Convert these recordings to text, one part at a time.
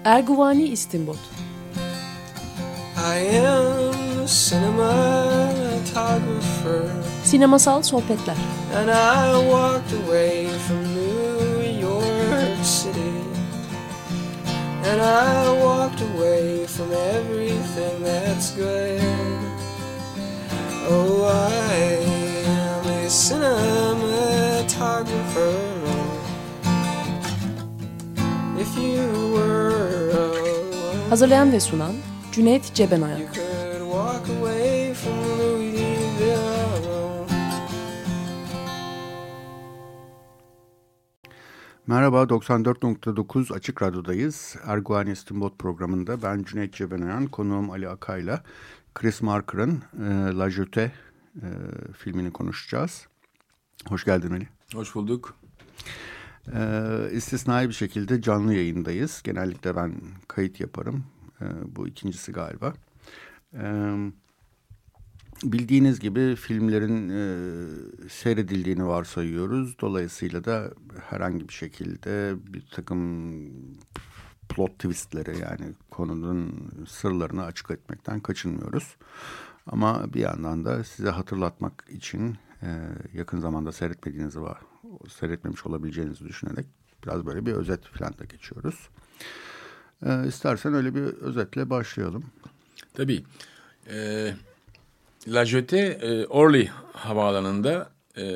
Erguvani İstinbot. I am a cinematographer. Sinemasal sohbetler. And I walked away from New York City. And I walked away from everything that's good. Oh, I am a cinematographer. If you were alone, Hazırlayan ve sunan Cüneyt Cebenayak. you could walk away from Louisville alone. Merhaba, 94.9 Açık Radyo'dayız. Erguvani İstinbot programında ben Cüneyt Cebenayan, konuğum Ali Akay'la Chris Marker'ın La Jetée filmini konuşacağız. Hoş geldin Ali. Hoş bulduk. İstisnai bir şekilde canlı yayındayız. Genellikle ben kayıt yaparım. Bu ikincisi galiba. Bildiğiniz gibi filmlerin seyredildiğini varsayıyoruz. Dolayısıyla da herhangi bir şekilde bir takım plot twistleri, yani konunun sırlarını açık etmekten kaçınmıyoruz. Ama bir yandan da size hatırlatmak için yakın zamanda seyretmemiş olabileceğinizi düşünerek biraz böyle bir özet falan da geçiyoruz. İstersen öyle bir özetle başlayalım. Tabii. La Jetée, Orly havaalanında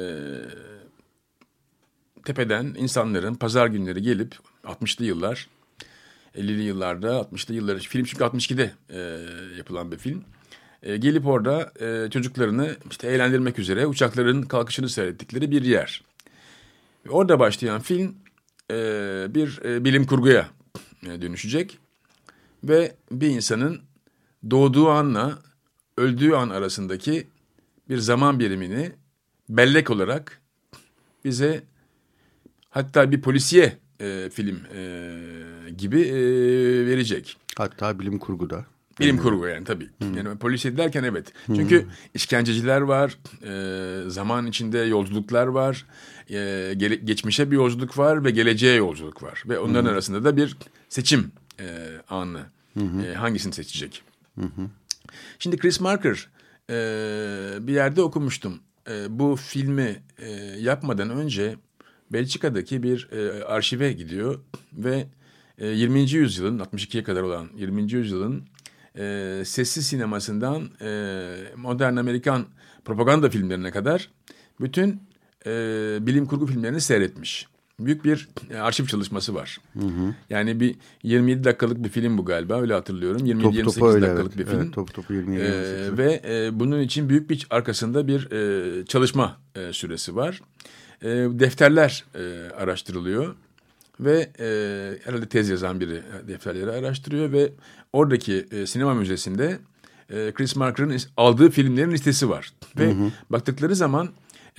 tepeden insanların pazar günleri gelip 60'lı yıllar, 50'li yıllarda, 60'lı yıllar, film çünkü 62'de yapılan bir film. Gelip orada çocuklarını işte eğlendirmek üzere uçakların kalkışını seyrettikleri bir yer. Orada başlayan film bir bilim kurguya dönüşecek ve bir insanın doğduğu anla öldüğü an arasındaki bir zaman birimini bellek olarak bize, hatta bir polisiye film gibi verecek. Hatta bilim kurguda. Bilim kurgu yani tabii. Yani polisiye derken evet. Çünkü işkenceciler var, zaman içinde yolculuklar var, geçmişe bir yolculuk var ve geleceğe yolculuk var. Ve onların arasında da bir seçim anı. Hangisini seçecek? Şimdi Chris Marker bir yerde okumuştum. Bu filmi yapmadan önce Belçika'daki bir arşive gidiyor ve 20. yüzyılın 62'ye kadar olan 20. yüzyılın sessiz sinemasından modern Amerikan propaganda filmlerine kadar bütün bilim kurgu filmlerini seyretmiş. Büyük bir arşiv çalışması var. Yani bir 27 dakikalık bir film bu galiba, öyle hatırlıyorum. 27-28 dakikalık bir film. Evet, topu 27. Ve bunun için büyük bir arkasında bir çalışma süresi var. Defterler araştırılıyor ve herhalde tez yazan biri defterleri araştırıyor ve oradaki sinema müzesinde Chris Marker'ın aldığı filmlerin listesi var. Ve baktıkları zaman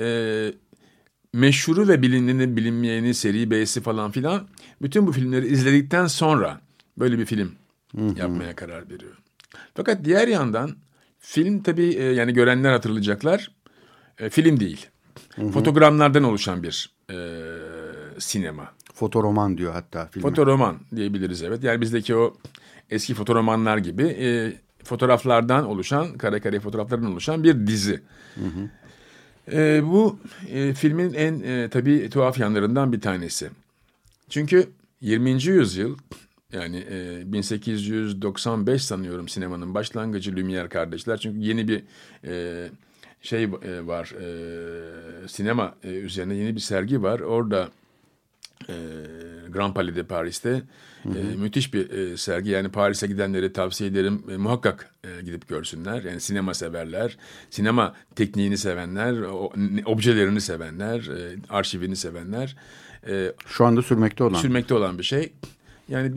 meşhuru ve bilinmeyeni, seri B'si falan filan, bütün bu filmleri izledikten sonra böyle bir film yapmaya karar veriyor. Fakat diğer yandan film tabii yani görenler hatırlayacaklar, film değil. Fotogramlardan oluşan bir sinema. Fotoroman diyor hatta filme. Fotoroman diyebiliriz, evet. Yani bizdeki o eski fotoromanlar gibi fotoğraflardan oluşan, kare kare fotoğraflardan oluşan bir dizi. Bu filmin en tabii tuhaf yanlarından bir tanesi. Çünkü 20. yüzyıl, yani 1895 sanıyorum sinemanın başlangıcı, Lumière kardeşler. Çünkü yeni bir var, sinema üzerine yeni bir sergi var. Orada Grand Palais de Paris'te müthiş bir sergi. Yani Paris'e gidenleri tavsiye ederim. Muhakkak gidip görsünler. Yani sinema severler, sinema tekniğini sevenler, objelerini sevenler, arşivini sevenler. Şu anda sürmekte olan bir şey. Yani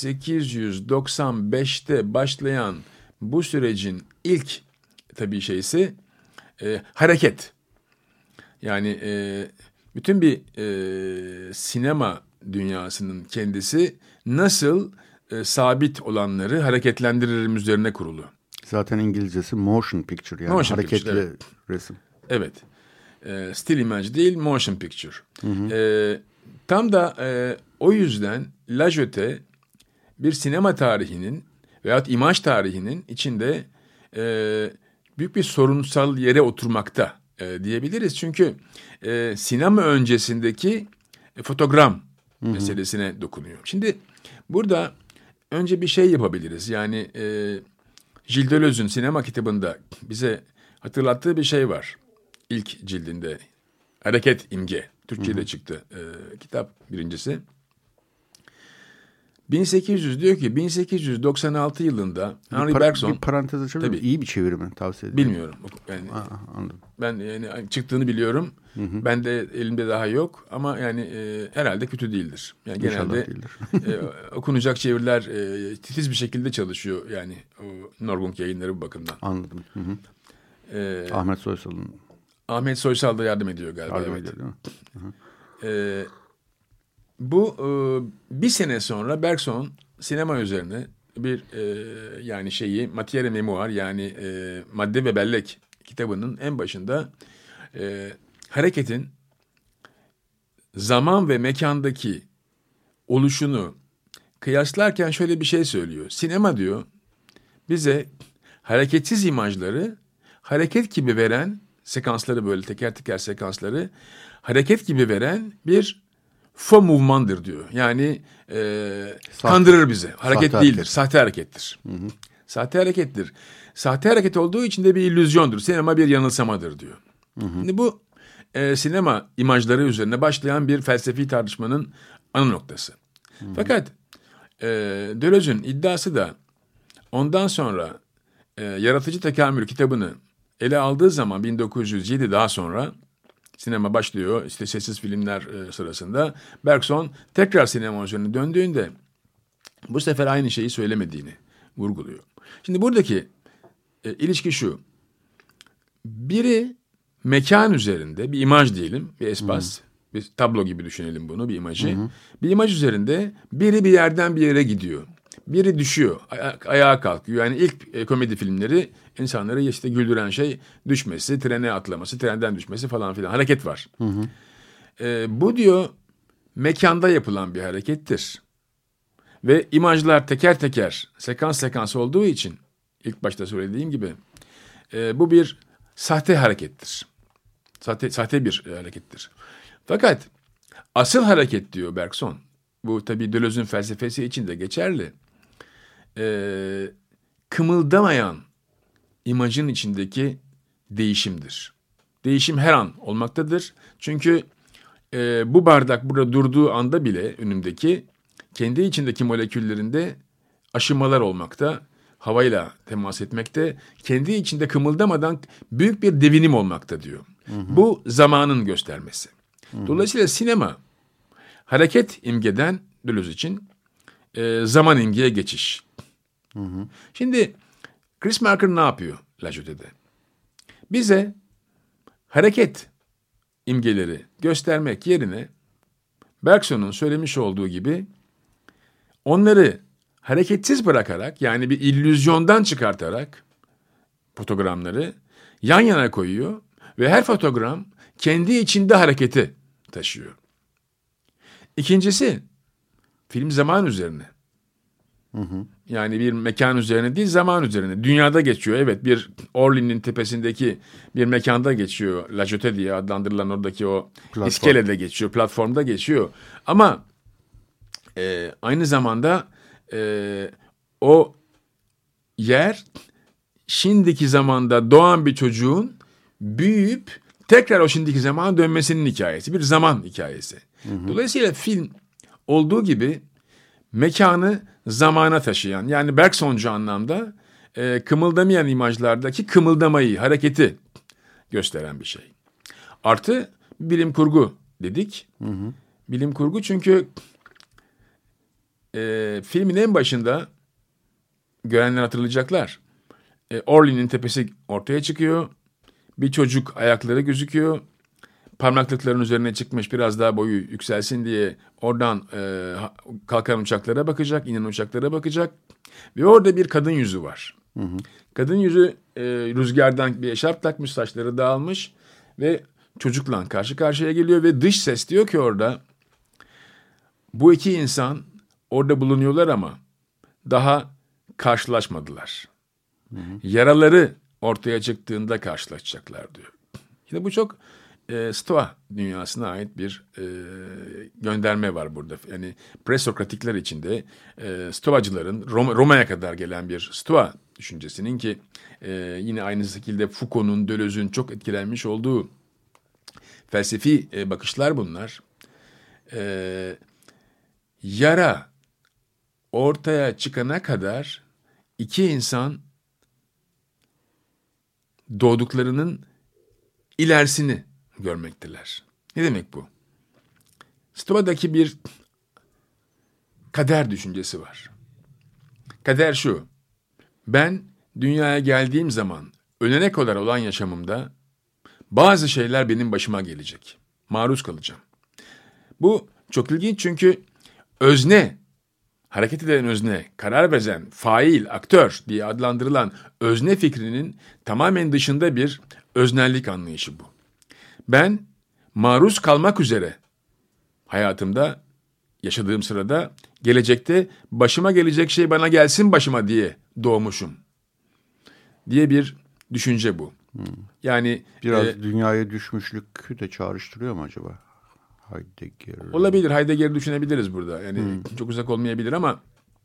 1895'te başlayan bu sürecin ilk tabii şeysi hareket. Yani bütün bir sinema dünyasının kendisi nasıl sabit olanları hareketlendiririm üzerine kurulu. Zaten İngilizcesi motion picture, yani motion hareketli picture, evet. Resim. Evet. Still image değil, motion picture. Tam da o yüzden La Jetée bir sinema tarihinin veyahut imaj tarihinin içinde büyük bir sorunsal yere oturmakta diyebiliriz. Çünkü sinema öncesindeki fotogram meselesine dokunuyor. Şimdi burada önce bir şey yapabiliriz. Yani Gilles Deleuze'ün sinema kitabında bize hatırlattığı bir şey var. İlk cildinde Hareket İmge. Türkçe'de çıktı kitap birincisi. 1800 diyor ki 1896 yılında Henri Bergson... Bir parantez açabilir miyim? İyi bir çevirimi tavsiye ederim. Bilmiyorum. Yani, anladım. Ben yani çıktığını biliyorum. Ben de elimde daha yok ama yani herhalde kötü değildir. Yani genelde okunacak çeviriler titiz bir şekilde çalışıyor yani o Norgung Yayınları bu bakımdan. Anladım. Ahmet Soysal'ın. Ahmet Soysal da yardım ediyor galiba. Yardım ediyor değil mi? Bu bir sene sonra Bergson sinema üzerine bir yani Matière et Mémoire yani Madde ve Bellek kitabının en başında hareketin zaman ve mekandaki oluşunu kıyaslarken şöyle bir şey söylüyor. Sinema diyor bize hareketsiz imajları hareket gibi veren sekansları böyle teker teker sekansları hareket gibi veren bir faux mouvment'dır diyor. Yani kandırır bizi. Hareket değildir. Sahte harekettir. Sahte harekettir. Sahte hareket olduğu için de bir illüzyondur. Sinema bir yanılsamadır diyor. Şimdi bu sinema imajları üzerine başlayan bir felsefi tartışmanın ana noktası. Fakat Deleuze'ün iddiası da ondan sonra Yaratıcı Tekamül kitabını ele aldığı zaman 1907 daha sonra sinema başlıyor. İşte sessiz filmler sırasında Bergson tekrar sinema üzerine döndüğünde bu sefer aynı şeyi söylemediğini vurguluyor. Şimdi buradaki ilişki şu. Biri mekan üzerinde bir imaj diyelim, bir espas, bir tablo gibi düşünelim bunu, bir imajı. Bir imaj üzerinde biri bir yerden bir yere gidiyor. Biri düşüyor, ayağa kalkıyor. Yani ilk komedi filmleri insanları işte güldüren şey düşmesi, trene atlaması, trenden düşmesi falan filan. Hareket var. Bu diyor mekanda yapılan bir harekettir. Ve imajlar teker teker, sekans sekans olduğu için ilk başta söylediğim gibi bu bir sahte harekettir. Sahte bir harekettir. Fakat asıl hareket diyor Bergson. Bu tabii Deleuze'ün felsefesi için de geçerli. Kımıldamayan imajın içindeki değişimdir. Değişim her an olmaktadır. Çünkü bu bardak burada durduğu anda bile önümdeki kendi içindeki moleküllerinde aşınmalar olmakta, havayla temas etmekte, kendi içinde kımıldamadan büyük bir devinim olmakta diyor. Bu zamanın göstermesi. Dolayısıyla sinema hareket imgeden Deleuze için zaman imgeye geçiş. Şimdi Chris Marker ne yapıyor La Jetée? Bize hareket imgeleri göstermek yerine Bergson'un söylemiş olduğu gibi onları hareketsiz bırakarak yani bir illüzyondan çıkartarak fotogramları yan yana koyuyor ve her fotogram kendi içinde hareketi taşıyor. İkincisi film zaman üzerine. Yani bir mekan üzerine değil zaman üzerine. Dünyada geçiyor. Evet bir Orly'nin tepesindeki bir mekanda geçiyor. La Jetée diye adlandırılan oradaki o iskelede geçiyor. Platformda geçiyor. Ama aynı zamanda o yer şimdiki zamanda doğan bir çocuğun büyüyüp tekrar o şimdiki zamana dönmesinin hikayesi. Bir zaman hikayesi. Dolayısıyla film olduğu gibi mekanı zamana taşıyan yani Bergsoncu anlamda kımıldamayan imajlardaki kımıldamayı, hareketi gösteren bir şey. Artı bilim kurgu dedik. Bilim kurgu çünkü filmin en başında görenler hatırlayacaklar. Orly'nin tepesi ortaya çıkıyor. Bir çocuk ayakları gözüküyor. Parmaklıkların üzerine çıkmış biraz daha boyu yükselsin diye oradan kalkan uçaklara bakacak, inen uçaklara bakacak. Ve orada bir kadın yüzü var. Kadın yüzü rüzgardan bir eşarp takmış, saçları dağılmış ve çocukla karşı karşıya geliyor ve dış ses diyor ki orada bu iki insan orada bulunuyorlar ama daha karşılaşmadılar. Yaraları ortaya çıktığında karşılaşacaklar diyor. Şimdi bu çok Stoa dünyasına ait bir gönderme var burada. Yani presokratikler içinde Stoacıların Roma'ya kadar gelen bir Stoa düşüncesinin ki yine aynı şekilde Foucault'un, Deleuze'ün çok etkilenmiş olduğu felsefi bakışlar bunlar. Yara ortaya çıkana kadar iki insan doğduklarının ilerisini görmekteler. Ne demek bu? Stoa'daki bir kader düşüncesi var. Kader şu: ben dünyaya geldiğim zaman ölene kadar olan yaşamımda bazı şeyler benim başıma gelecek. Maruz kalacağım. Bu çok ilginç çünkü özne, hareket eden özne, karar veren, fail, aktör diye adlandırılan özne fikrinin tamamen dışında bir öznellik anlayışı bu. Ben maruz kalmak üzere hayatımda, yaşadığım sırada, gelecekte başıma gelecek şey bana gelsin başıma diye doğmuşum diye bir düşünce bu. Yani biraz dünyaya düşmüşlük de çağrıştırıyor mu acaba? Heidegger. Olabilir. Heidegger'i düşünebiliriz burada. Yani çok uzak olmayabilir ama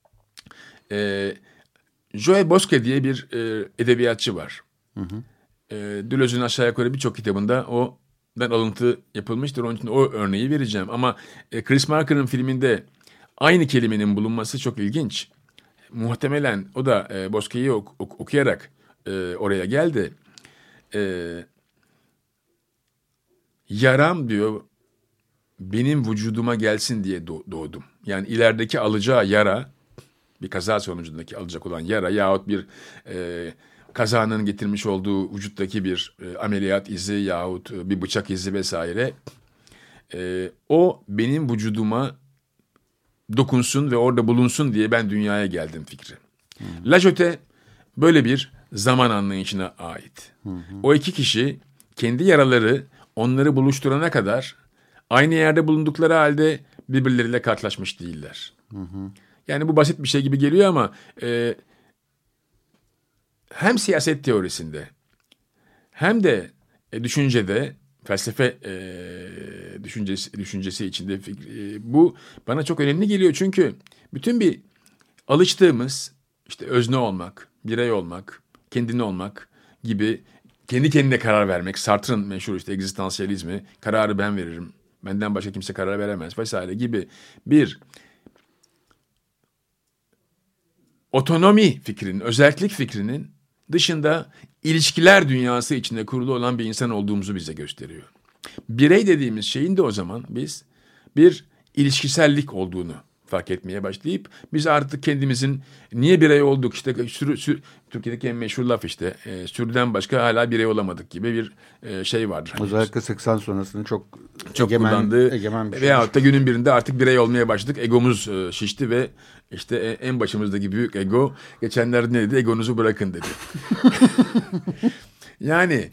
Joe Bosque diye bir edebiyatçı var. Deleuze'ün aşağı yukarı birçok kitabında o'dan alıntı yapılmıştır. Onun için o örneği vereceğim. Ama Chris Marker'ın filminde aynı kelimenin bulunması çok ilginç. Muhtemelen o da Bosque'yi okuyarak oraya geldi. Yaram diyor, benim vücuduma gelsin diye doğdum. Yani ilerideki alacağı yara, bir kaza sonucundaki alacak olan yara yahut bir kazanın getirmiş olduğu vücuttaki bir ameliyat izi yahut bir bıçak izi vesaire, o benim vücuduma dokunsun ve orada bulunsun diye ben dünyaya geldim fikri. Lajote böyle bir zaman anlayışına ait. O iki kişi kendi yaraları onları buluşturana kadar aynı yerde bulundukları halde birbirleriyle karşılaşmış değiller. Yani bu basit bir şey gibi geliyor ama hem siyaset teorisinde hem de düşüncede, felsefe düşüncesi içinde bu bana çok önemli geliyor. Çünkü bütün bir alıştığımız işte özne olmak, birey olmak, kendini olmak gibi, kendi kendine karar vermek, Sartre'ın meşhur işte egzistansiyalizmi, kararı ben veririm, benden başka kimse karar veremez vesaire gibi bir otonomi fikrinin, özellik fikrinin dışında ilişkiler dünyası içinde kurulu olan bir insan olduğumuzu bize gösteriyor. Birey dediğimiz şeyin de o zaman biz bir ilişkisellik olduğunu fark etmeye başlayıp biz artık kendimizin niye birey olduk işte Türkiye'deki en meşhur laf işte sürüden başka hala birey olamadık gibi bir şey vardır. Özellikle 80 sonrasını çok kullandığı egemen bir şey. Veyahut da günün birinde artık birey olmaya başladık. Egomuz şişti ve işte en başımızdaki büyük ego geçenlerde ne dedi? Egonuzu bırakın dedi. Yani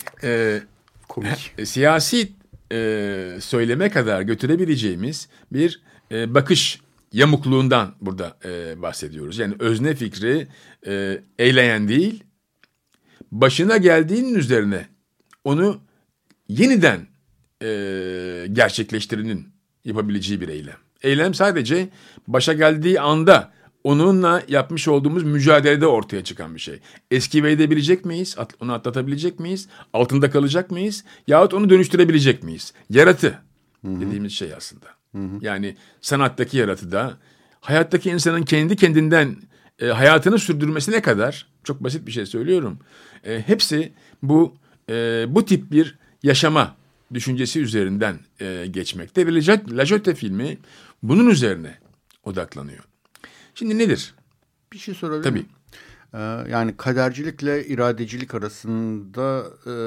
siyasi söyleme kadar götürebileceğimiz bir bakış yamukluğundan burada bahsediyoruz. Yani özne fikri eyleyen değil, başına geldiğinin üzerine onu yeniden gerçekleştirenin yapabileceği bir eylem. Eylem sadece başa geldiği anda onunla yapmış olduğumuz mücadelede ortaya çıkan bir şey. Eskive edebilecek miyiz? Onu atlatabilecek miyiz? Altında kalacak mıyız? Yahut onu dönüştürebilecek miyiz? Yaratı dediğimiz şey aslında. Yani sanattaki yaratı da hayattaki insanın kendi kendinden hayatını sürdürmesine kadar, çok basit bir şey söylüyorum, hepsi bu tip bir yaşama düşüncesi üzerinden geçmekte ve Lajote filmi bunun üzerine odaklanıyor. Şimdi nedir? Bir şey sorabilir Tabii. miyim? Yani kadercilikle iradecilik arasında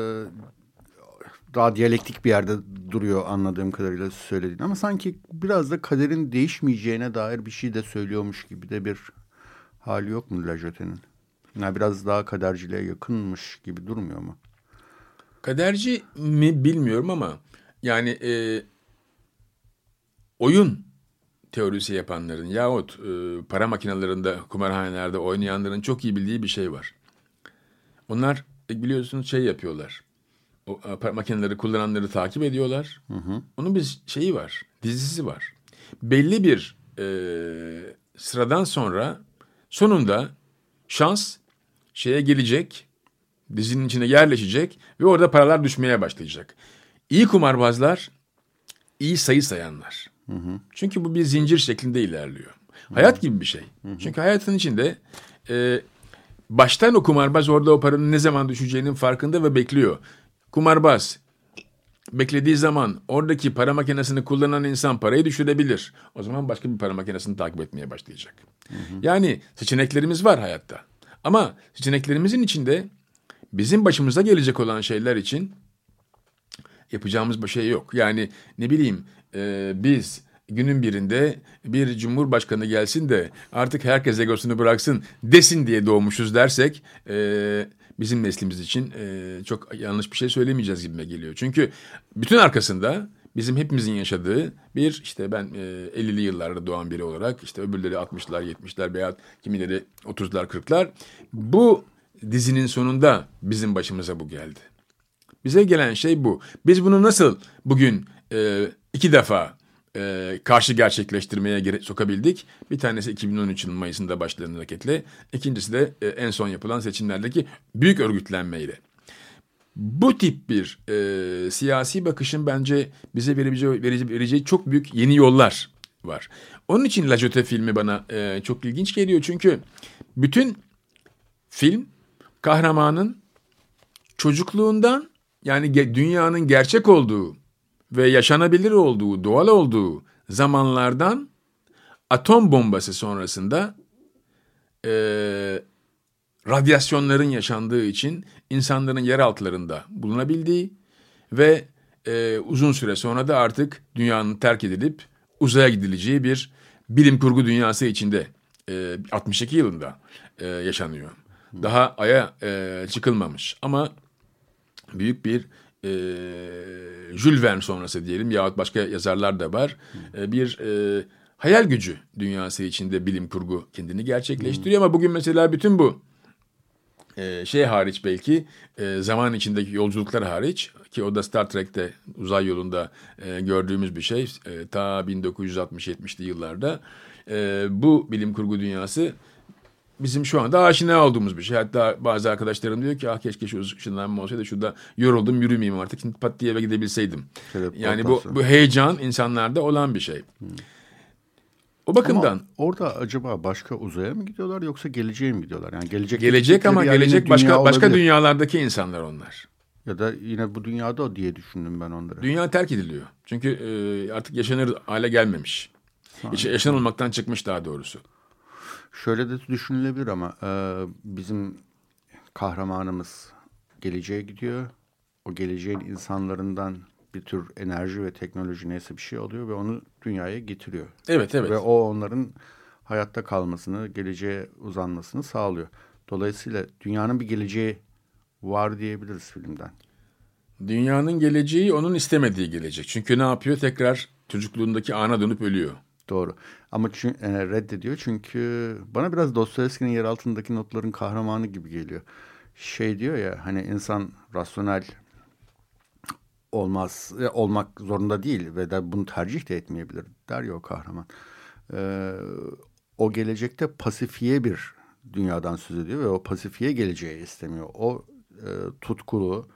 daha diyalektik bir yerde duruyor anladığım kadarıyla söylediğin. Ama sanki biraz da kaderin değişmeyeceğine dair bir şey de söylüyormuş gibi de bir hali yok mu Lajote'nin? Yani biraz daha kaderciliğe yakınmış gibi durmuyor mu? Kaderci mi bilmiyorum ama yani oyun teorisi yapanların yahut para makinelerinde, kumarhanelerde oynayanların çok iyi bildiği bir şey var. Onlar biliyorsunuz şey yapıyorlar. O para makineleri kullananları takip ediyorlar. Onun bir şeyi var, dizisi var. Belli bir sıradan sonra sonunda şans şeye gelecek, dizinin içine yerleşecek ve orada paralar düşmeye başlayacak. İyi kumarbazlar, iyi sayı sayanlar. Çünkü bu bir zincir şeklinde ilerliyor. Hayat gibi bir şey. Çünkü hayatın içinde baştan o kumarbaz orada o paranın ne zaman düşeceğinin farkında ve bekliyor. Kumarbaz beklediği zaman oradaki para makinesini kullanan insan parayı düşürebilir. O zaman başka bir para makinesini takip etmeye başlayacak. Yani seçeneklerimiz var hayatta. Ama seçeneklerimizin içinde bizim başımıza gelecek olan şeyler için yapacağımız bir şey yok. Yani ne bileyim biz günün birinde bir cumhurbaşkanı gelsin de artık herkes egosunu bıraksın desin diye doğmuşuz dersek bizim neslimiz için çok yanlış bir şey söylemeyeceğiz gibime geliyor. Çünkü bütün arkasında bizim hepimizin yaşadığı bir işte ben 50'li yıllarda doğan biri olarak işte öbürleri 60'lar 70'ler veya kimileri 30'lar 40'lar bu dizinin sonunda bizim başımıza bu geldi. Bize gelen şey bu. Biz bunu nasıl bugün 2 defa karşı gerçekleştirmeye sokabildik? Bir tanesi 2013 yılının Mayıs'ında başlayan hareketle. İkincisi de en son yapılan seçimlerdeki büyük örgütlenmeyle. Bu tip bir siyasi bakışın bence bize vereceği çok büyük yeni yollar var. Onun için La Jetée filmi bana çok ilginç geliyor. Çünkü bütün film kahramanın çocukluğundan yani dünyanın gerçek olduğu ve yaşanabilir olduğu, doğal olduğu zamanlardan atom bombası sonrasında radyasyonların yaşandığı için insanların yer altlarında bulunabildiği ve uzun süre sonra da artık dünyanın terk edilip uzaya gidileceği bir bilim kurgu dünyası içinde 62 yılında yaşanıyor. Daha Ay'a çıkılmamış ama büyük bir Jules Verne sonrası diyelim yahut başka yazarlar da var. Bir hayal gücü dünyası içinde bilim kurgu kendini gerçekleştiriyor ama bugün mesela bütün bu şey hariç belki zaman içindeki yolculuklar hariç ki o da Star Trek'te uzay yolunda gördüğümüz bir şey ta 1960-70'li yıllarda bu bilim kurgu dünyası bizim şu anda aşina olduğumuz bir şey. Hatta bazı arkadaşlarım diyor ki keşke şu ışınlanma olsaydı şurada yoruldum yürümeyeyim artık şimdi pat diye eve gidebilseydim. Yani bu heyecan insanlarda olan bir şey. O bakımdan. Ama orada acaba başka uzaya mı gidiyorlar yoksa geleceğe mi gidiyorlar? Yani gelecek ama gelecek başka dünyalardaki insanlar onlar. Ya da yine bu dünyada o diye düşündüm ben onları. Dünya terk ediliyor. Çünkü artık yaşanır hale gelmemiş. Yaşanılmaktan çıkmış daha doğrusu. Şöyle de düşünülebilir ama bizim kahramanımız geleceğe gidiyor. O geleceğin insanlarından bir tür enerji ve teknoloji neyse bir şey oluyor ve onu dünyaya getiriyor. Evet. Ve o onların hayatta kalmasını, geleceğe uzanmasını sağlıyor. Dolayısıyla dünyanın bir geleceği var diyebiliriz filmden. Dünyanın geleceği onun istemediği gelecek. Çünkü ne yapıyor? Tekrar çocukluğundaki ana dönüp ölüyor. Doğru. Ama reddediyor çünkü bana biraz Dostoyevski'nin yer altındaki notların kahramanı gibi geliyor. Şey diyor ya hani insan rasyonel olmak zorunda değil ve de bunu tercih de etmeyebilir der ya o kahraman. O gelecekte pasifiye bir dünyadan söz ediyor ve o pasifiye geleceği istemiyor. O tutkulu,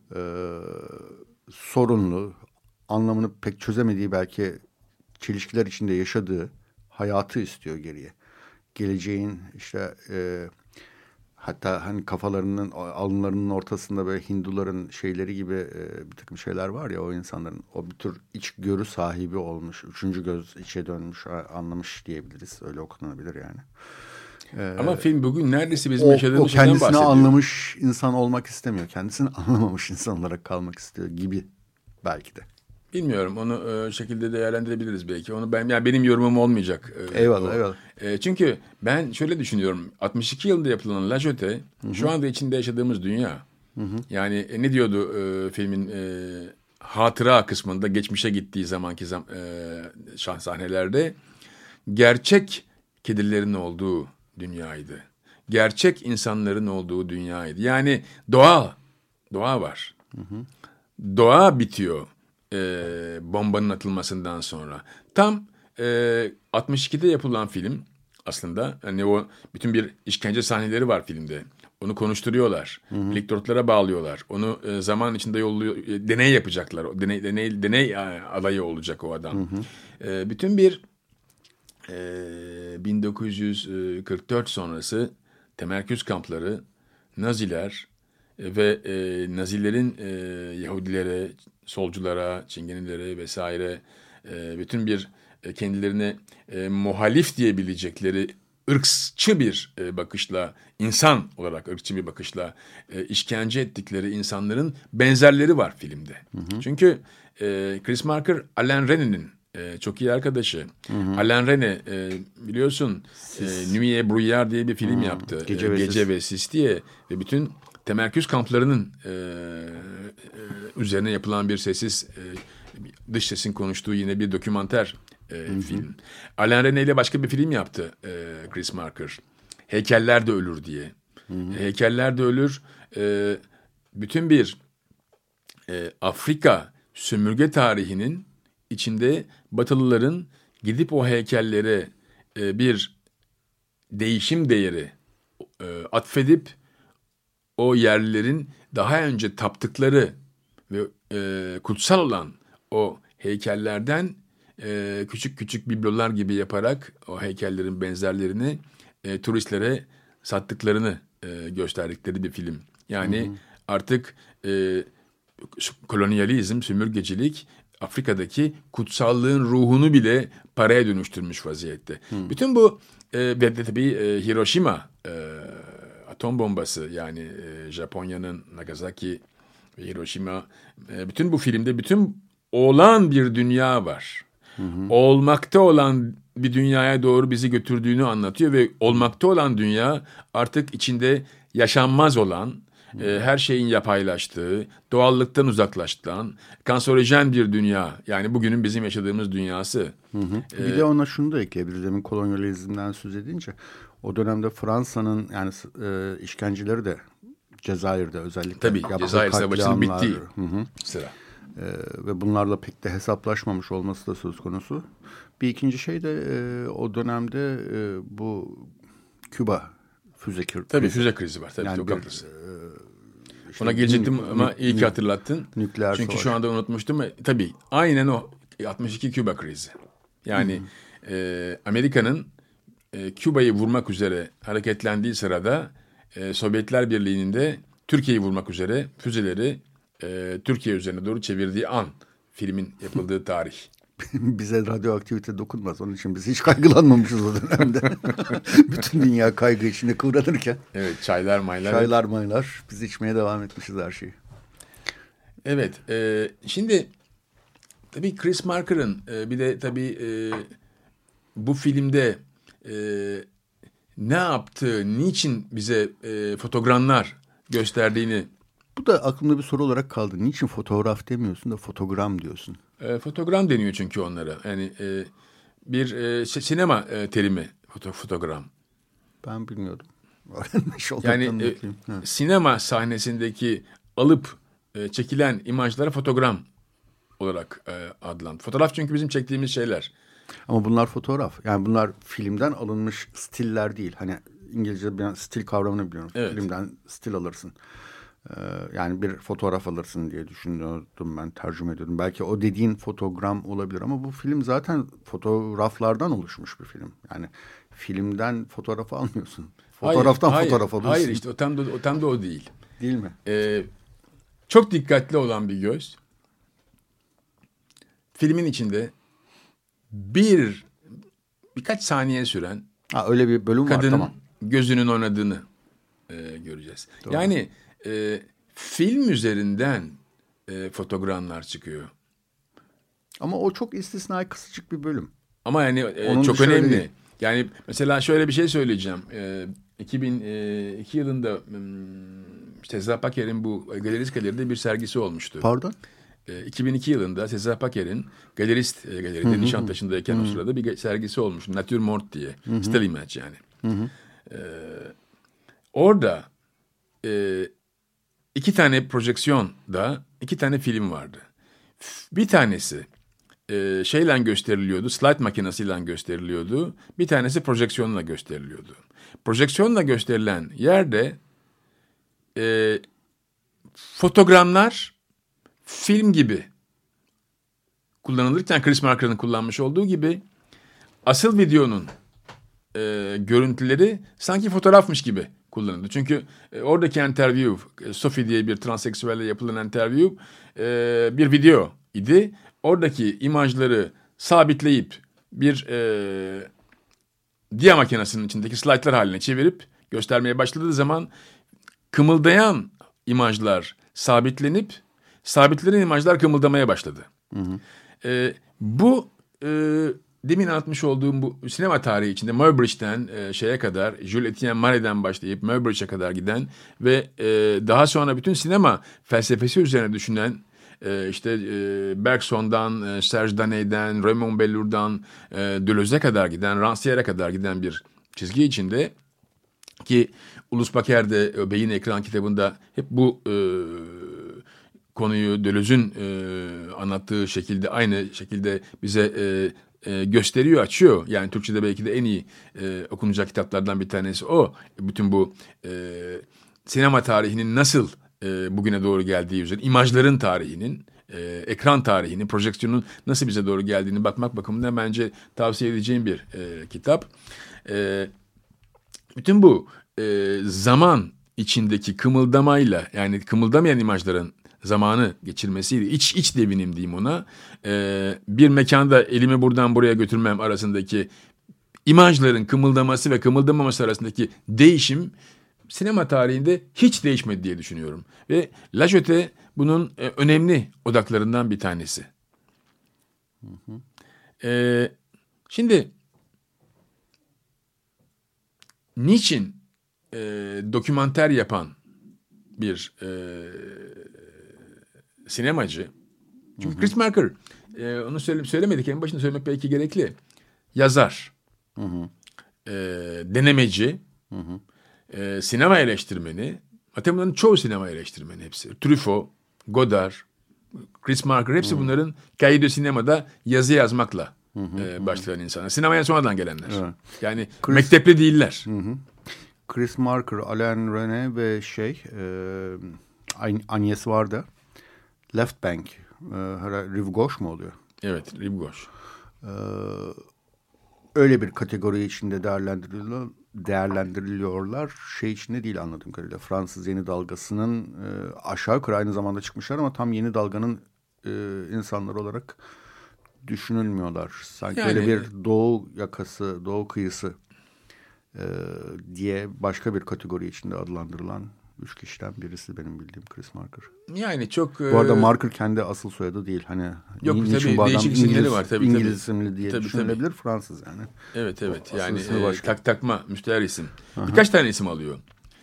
sorunlu, anlamını pek çözemediği belki çelişkiler içinde yaşadığı hayatı istiyor geriye. Geleceğin işte hatta hani kafalarının alınlarının ortasında böyle Hinduların şeyleri gibi bir takım şeyler var ya o insanların o bir tür içgörü sahibi olmuş. 3. göz içe dönmüş anlamış diyebiliriz. Öyle okunabilir yani. Ama film bugün neredeyse bizim yaşadığımız şeyden bahsediyor. Kendisini anlamış insan olmak istemiyor. Kendisini anlamamış insan olarak kalmak istiyor gibi belki de. Bilmiyorum onu şekilde değerlendirebiliriz belki. Onu benim yorumum olmayacak. Eyvallah. Çünkü ben şöyle düşünüyorum. 62 yılında yapılan La Jetée şu anda içinde yaşadığımız dünya. Yani ne diyordu filmin hatıra kısmında geçmişe gittiği zamanki sahnelerde gerçek kedilerin olduğu dünyaydı. Gerçek insanların olduğu dünyaydı. Yani doğa var. Doğa bitiyor bombanın atılmasından sonra. Tam 62'de yapılan film aslında. Hani o bütün bir işkence sahneleri var filmde. Onu konuşturuyorlar. Elektrotlara bağlıyorlar. Onu zaman içinde yolluyor. Deney yapacaklar. O deney alayı olacak o adam. Bütün bir 1944 sonrası temerküz kampları, Naziler ve Nazilerin Yahudilere, solculara, Çingenilere vesaire bütün bir kendilerine muhalif diyebilecekleri ırkçı bir bakışla, insan olarak ırkçı bir bakışla işkence ettikleri insanların benzerleri var filmde. Çünkü Chris Marker, Alain René'nin çok iyi arkadaşı. Alain René biliyorsun Nuit et Brouillard diye bir film yaptı. Gece ve Sis diye ve bütün temerküz kamplarının üzerine yapılan bir sessiz dış sesin konuştuğu yine bir dokümanter film. Alain René ile başka bir film yaptı Chris Marker. Heykeller de ölür diye. Heykeller de ölür. Bütün bir Afrika sömürge tarihinin içinde Batılıların gidip o heykellere bir değişim değeri atfedip o yerlilerin daha önce taptıkları ve kutsal olan o heykellerden küçük küçük biblolar gibi yaparak o heykellerin benzerlerini turistlere sattıklarını gösterdikleri bir film. Yani artık kolonyalizm, sömürgecilik Afrika'daki kutsallığın ruhunu bile paraya dönüştürmüş vaziyette. Bütün bu ve tabii Hiroşima atom bombası yani Japonya'nın Nagasaki ve Hiroşima bütün bu filmde bütün olan bir dünya var. Olmakta olan bir dünyaya doğru bizi götürdüğünü anlatıyor ve olmakta olan dünya artık içinde yaşanmaz olan, her şeyin yapaylaştığı, doğallıktan uzaklaştıran, kanserojen bir dünya. Yani bugünün bizim yaşadığımız dünyası. Bir de ona şunu da ekleyebiliriz. Demin kolonyalizmden söz edince o dönemde Fransa'nın yani işkenceleri de Cezayir'de özellikle. Tabii Cezayir Savaşı'nın bittiği sıra. Ve bunlarla pek de hesaplaşmamış olması da söz konusu. Bir ikinci şey de o dönemde bu Küba füze krizi. Tabii füze krizi var. Tabii yani çok haklısın. Ona gelecektim ama iyi ki hatırlattın. Nükleer Çünkü savaş. Şu anda unutmuştum. Tabii aynen o 62 Küba krizi. Yani Amerika'nın Küba'yı vurmak üzere hareketlendiği sırada Sovyetler Birliği'nin de Türkiye'yi vurmak üzere füzeleri Türkiye üzerine doğru çevirdiği an filmin yapıldığı tarih. Bize radyoaktivite dokunmaz. Onun için biz hiç kaygılanmamışız o dönemde. Bütün dünya kaygı içinde kıvranırken. Evet, çaylar maylar. Biz içmeye devam etmişiz her şeyi. Evet. Şimdi tabii Chris Marker'ın bir de tabii bu filmde ne yaptığı, niçin bize fotogramlar gösterdiğini. Bu da aklımda bir soru olarak kaldı. Niçin fotoğraf demiyorsun da fotogram diyorsun? Fotogram deniyor çünkü onlara. Yani bir sinema terimi fotogram. Ben bilmiyordum. Öğrenmiş oldum. Yani sinema sahnesindeki alıp çekilen imajlara fotogram olarak adlandırılıyor. Fotoğraf çünkü bizim çektiğimiz şeyler. Ama bunlar fotoğraf. Yani bunlar filmden alınmış stiller değil. Hani İngilizce'de ben stil kavramını biliyorum. Evet. Filmden stil alırsın. Yani bir fotoğraf alırsın diye düşünüyordum ben, tercüme ediyordum. Belki o dediğin fotogram olabilir ama bu film zaten fotoğraflardan oluşmuş bir film. Yani filmden fotoğrafı almıyorsun. Fotoğraftan fotoğraf alıyorsun. Hayır işte o tam da o değil. Değil mi? Çok dikkatli olan bir göz. Filmin içinde birkaç saniye süren öyle bir bölüm var, kadının tamam. Gözünün oynadığını göreceğiz. Doğru. Yani film üzerinden fotogramlar çıkıyor. Ama o çok istisnai kısacık bir bölüm. Ama yani çok önemli. Değil. Yani mesela şöyle bir şey söyleyeceğim. 2002 yılında işte Zapaker'in bu Galerist Galeri'de bir sergisi olmuştu. Pardon? 2002 yılında César Paquer'in galeride Nişantaşı'ndayken o sırada bir sergisi olmuş. Nature Morte diye. Still Image yani. Orada iki tane projeksiyonda iki tane film vardı. Bir tanesi şeyle gösteriliyordu, slide makinesiyle gösteriliyordu. Bir tanesi projeksiyonla gösteriliyordu. Projeksiyonla gösterilen yerde fotogramlar film gibi kullanılırken Chris Marker'ın kullanmış olduğu gibi asıl videonun görüntüleri sanki fotoğrafmış gibi kullanıldı. Çünkü oradaki interview, Sophie diye bir transseksüelle yapılan interview bir video idi. Oradaki imajları sabitleyip bir dia makinesinin içindeki slaytlar haline çevirip göstermeye başladığı zaman kımıldayan imajlar sabitlenip sabitlenen imajlar kımıldamaya başladı. Bu demin anlatmış olduğum bu sinema tarihi içinde Muybridge'den şeye kadar, Jules Etienne Maret'den başlayıp Muybridge'e kadar giden ve daha sonra bütün sinema felsefesi üzerine düşünen Bergson'dan, Serge Daney'den, Raymond Bellour'dan, Deleuze'e kadar giden, Rancière'e kadar giden bir çizgi içinde ki Ulus Baker'de Beyin Ekran kitabında hep bu konuyu Deleuze'ün anlattığı şekilde aynı şekilde bize gösteriyor, açıyor. Yani Türkçe'de belki de en iyi okunacak kitaplardan bir tanesi o. Bütün bu sinema tarihinin nasıl bugüne doğru geldiği üzerine, imajların tarihinin, ekran tarihinin, projeksiyonun nasıl bize doğru geldiğini bakmak bakımından bence tavsiye edeceğim bir kitap. Bütün bu zaman içindeki kımıldamayla, yani kımıldamayan imajların zamanı geçirmesiyle, iç devinim diyeyim ona, bir mekanda elimi buradan buraya götürmem arasındaki imajların kımıldaması ve kımıldamaması arasındaki değişim sinema tarihinde hiç değişmedi diye düşünüyorum. Ve La Jetée bunun önemli odaklarından bir tanesi. Şimdi niçin dokümanter yapan bir sinemacı? Çünkü Chris Marker, onu söylemedik, en başında söylemek belki gerekli. Yazar, denemeci, sinema eleştirmeni, hatta bunların çoğu sinema eleştirmeni hepsi. Truffaut, Godard, Chris Marker, hepsi bunların Cahiers de Sinema'da yazı yazmakla başlayan insanlar. Sinemaya sonradan gelenler. Evet. Yani mektepli değiller. Chris Marker, Alain René ve Agnes vardı. Left Bank. Rive Gauche mu oluyor? Evet, Rive Gauche. Öyle bir kategori içinde değerlendiriliyorlar. İçinde değil anladığım kadarıyla. Fransız yeni dalgasının aşağı yukarı aynı zamanda çıkmışlar ama tam yeni dalganın insanlar olarak düşünülmüyorlar. Sanki öyle bir doğu yakası, doğu kıyısı diye başka bir kategori içinde adlandırılan 3 kişiden birisi benim bildiğim Chris Marker. Yani çok... Bu arada Marker kendi asıl soyadı değil. Hani yok tabii değişik isimleri var. Tabii, İngiliz isimli diye düşünülebilir. Tabii. Fransız yani. Evet. Yani takma müstehar isim. Aha. Birkaç tane isim alıyor.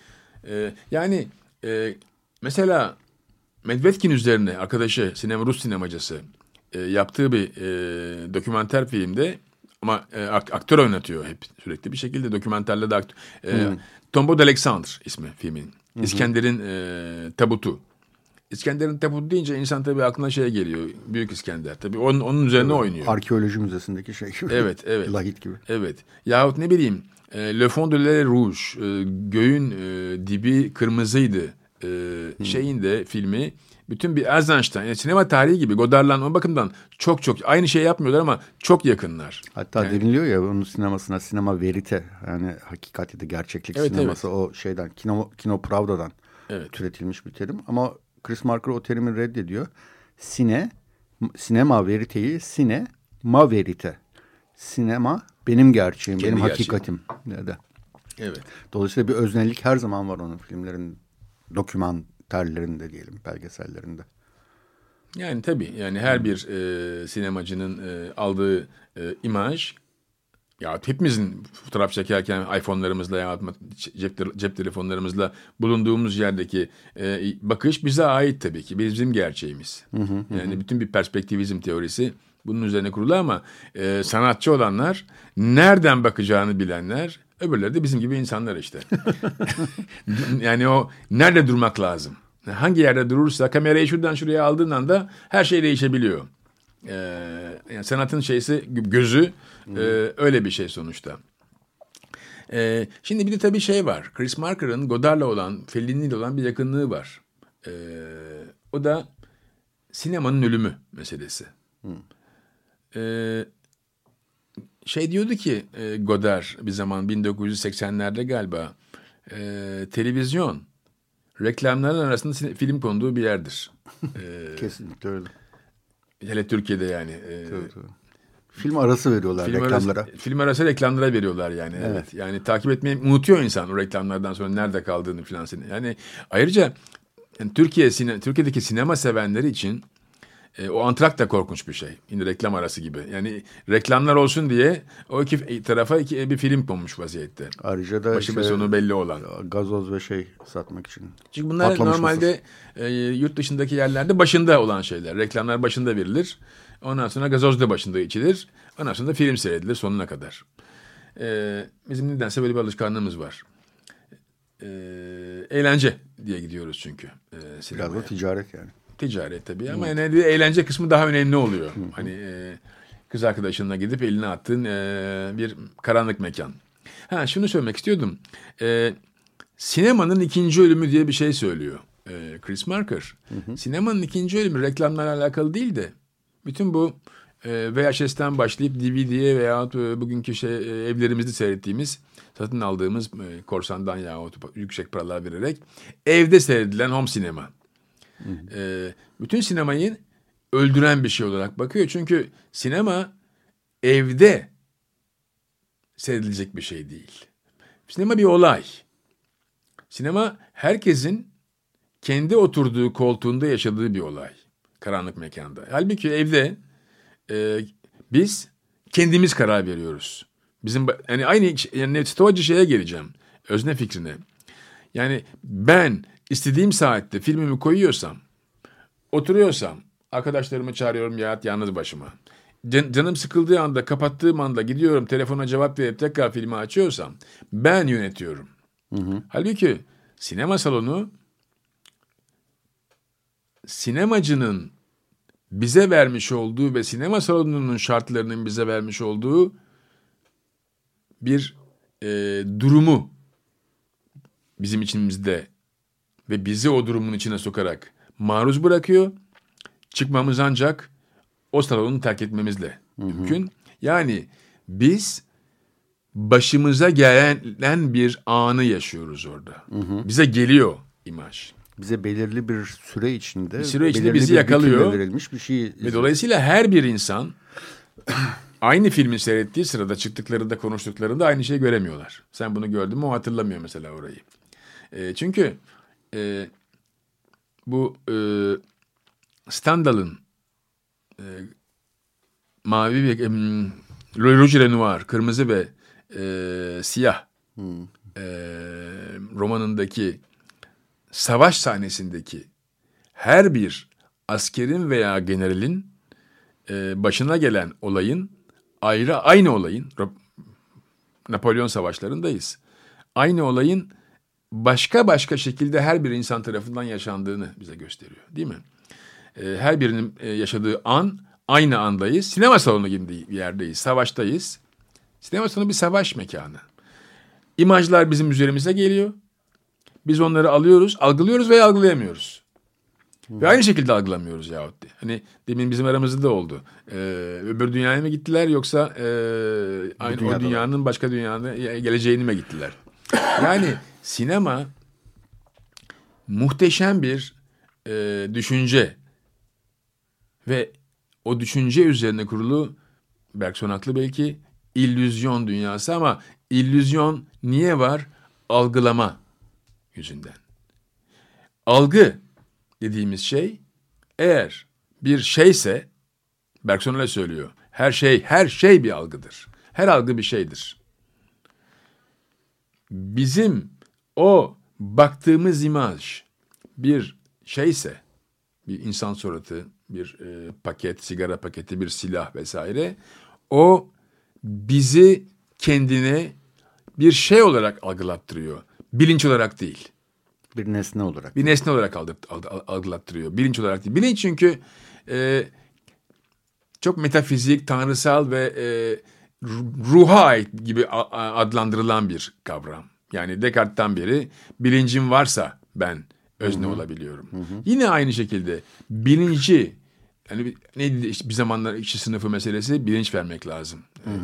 Mesela Medvedkin üzerine arkadaşı, Rus sinemacısı yaptığı bir dokümanter filmde ama aktör oynatıyor hep sürekli bir şekilde dokümenterle de Tombeau d'Alexandre ismi filmin. İskender'in tabutu. İskender'in tabutu deyince insan tabii aklına geliyor. Büyük İskender. Tabii onun üzerine oynuyor. Arkeoloji müzesindeki gibi. Evet. Lahit gibi. Evet. Yahut ne bileyim Le Fond de l'air rouge. Göğün dibi kırmızıydı. De filmi. Bütün bir Eisenstein, yani sinema tarihi gibi Godard'la o bakımdan çok aynı şey yapmıyorlar ama çok yakınlar. Hatta deniliyor ya onun sinemasına sinema verite, yani hakikat ya da gerçeklik sineması, o şeyden Kino Pravda'dan türetilmiş bir terim ama Chris Marker o terimi reddediyor. Sinema veriteyi sinema verite. Sinema benim gerçeğim, benim hakikatim. Evet. Dolayısıyla bir öznellik her zaman var onun filmlerin, dokümanterlerinde diyelim, belgesellerinde. Yani tabii, yani her bir sinemacının aldığı imaj Ya hepimizin fotoğraf çekerken iPhone'larımızla ya cep telefonlarımızla bulunduğumuz yerdeki bakış bize ait tabii ki. Bizim gerçeğimiz. Yani bütün bir perspektivizm teorisi bunun üzerine kurulu ama sanatçı olanlar, nereden bakacağını bilenler, öbürleri de bizim gibi insanlar işte. Yani o nerede durmak lazım? Hangi yerde durursa, kamerayı şuradan şuraya aldığın anda her şey değişebiliyor. Yani sanatın gözü öyle bir şey sonuçta. Şimdi bir de tabii şey var. Chris Marker'ın Godard'la olan, Fellini'yle olan bir yakınlığı var. O da sinemanın ölümü meselesi. Diyordu ki Godard bir zaman 1980'lerde galiba, televizyon reklamların arasında film konduğu bir yerdir. Kesinlikle öyle. Hele Türkiye'de yani. Tabii. Film arası veriyorlar reklamlara. Film arası reklamlara veriyorlar yani. Evet. Yani takip etmeyi unutuyor insan o reklamlardan sonra nerede kaldığını falan. Yani ayrıca yani Türkiye'deki sinema sevenleri için o antrak da korkunç bir şey. Yine reklam arası gibi. Yani reklamlar olsun diye o iki tarafa bir film konmuş vaziyette. Ayrıca da başı ve sonu belli olan. Gazoz ve satmak için. Çünkü bunlar patlamış normalde yurt dışındaki yerlerde başında olan şeyler. Reklamlar başında verilir. Ondan sonra gazoz da başında içilir. Ondan sonra da film seyredilir sonuna kadar. Bizim nedense böyle bir alışkanlığımız var. Eğlence diye gidiyoruz çünkü sinemaya. Biraz da ticaret yani. Ticaret tabii ama yani eğlence kısmı daha önemli oluyor. Hani kız arkadaşınla gidip eline attığın bir karanlık mekan. Şunu söylemek istiyordum. Sinemanın ikinci ölümü diye bir şey söylüyor Chris Marker. Sinemanın ikinci ölümü reklamlarla alakalı değil de bütün bu VHS'ten başlayıp DVD'ye veyahut bugünkü evlerimizde seyrettiğimiz, satın aldığımız korsandan yahut yüksek paralar vererek evde seyredilen home sinema. Bütün sinemayı öldüren bir şey olarak bakıyor. Çünkü sinema evde seyredilecek bir şey değil. Sinema bir olay. Sinema herkesin kendi oturduğu koltuğunda yaşadığı bir olay. Karanlık mekanda. Halbuki evde biz kendimiz karar veriyoruz. Yani aynı stoacı şeye geleceğim. Özne fikrine. Yani ben istediğim saatte filmimi koyuyorsam, oturuyorsam, arkadaşlarımı çağırıyorum yalnız başıma. Canım sıkıldığı anda, kapattığım anda gidiyorum telefona cevap verip tekrar filmi açıyorsam ben yönetiyorum. Halbuki sinema salonu sinemacının bize vermiş olduğu ve sinema salonunun şartlarının bize vermiş olduğu bir durumu bizim içimizde ve bizi o durumun içine sokarak maruz bırakıyor. Çıkmamız ancak o salonu terk etmemizle mümkün. Yani biz başımıza gelen bir anı yaşıyoruz orada. Bize geliyor imaj. Bize belirli bir süre içinde bizi yakalıyor. Verilmiş bir şey. Ve dolayısıyla her bir insan aynı filmi seyrettiği sırada çıktıklarında, konuştuklarında aynı şeyi göremiyorlar. Sen bunu gördün mü? O hatırlamıyor mesela orayı. Çünkü bu Stendhal'ın mavi ve Rouge et Noir, kırmızı ve siyah romanındaki savaş sahnesindeki her bir askerin veya generalin başına gelen olayın aynı olayın, Napolyon savaşlarındayız. Aynı olayın başka şekilde her bir insan tarafından yaşandığını bize gösteriyor, değil mi? Her birinin yaşadığı an, aynı andayız. Sinema salonu gibi bir yerdeyiz, savaştayız. Sinema salonu bir savaş mekanı. İmajlar bizim üzerimize geliyor. Biz onları alıyoruz, algılıyoruz veya algılayamıyoruz. Ve aynı şekilde algılamıyoruz yahut. Hani demin bizim aramızda da oldu. Öbür dünyaya mı gittiler yoksa aynı o dünyanın başka dünyana geleceğine mi gittiler? Yani sinema muhteşem bir düşünce ve o düşünce üzerine kurulu, Bergson haklı belki, illüzyon dünyası ama illüzyon niye var? Algılama yüzünden. Algı dediğimiz şey eğer bir şeyse, Bergson öyle söylüyor, her şey bir algıdır. Her algı bir şeydir. Bizim o baktığımız imaj bir şeyse, bir insan suratı, bir paket, sigara paketi, bir silah vesaire, o bizi kendine bir şey olarak algılattırıyor. Bilinç olarak değil. Bir nesne olarak. Bir nesne olarak algılattırıyor. Bilinç olarak değil. Bilinç çünkü çok metafizik, tanrısal ve ruha ait gibi adlandırılan bir kavram. Yani Descartes'ten beri bilincim varsa ben özne olabiliyorum. Yine aynı şekilde bilinci, yani neydi işte bir zamanlar işçi sınıfı meselesi, bilinç vermek lazım.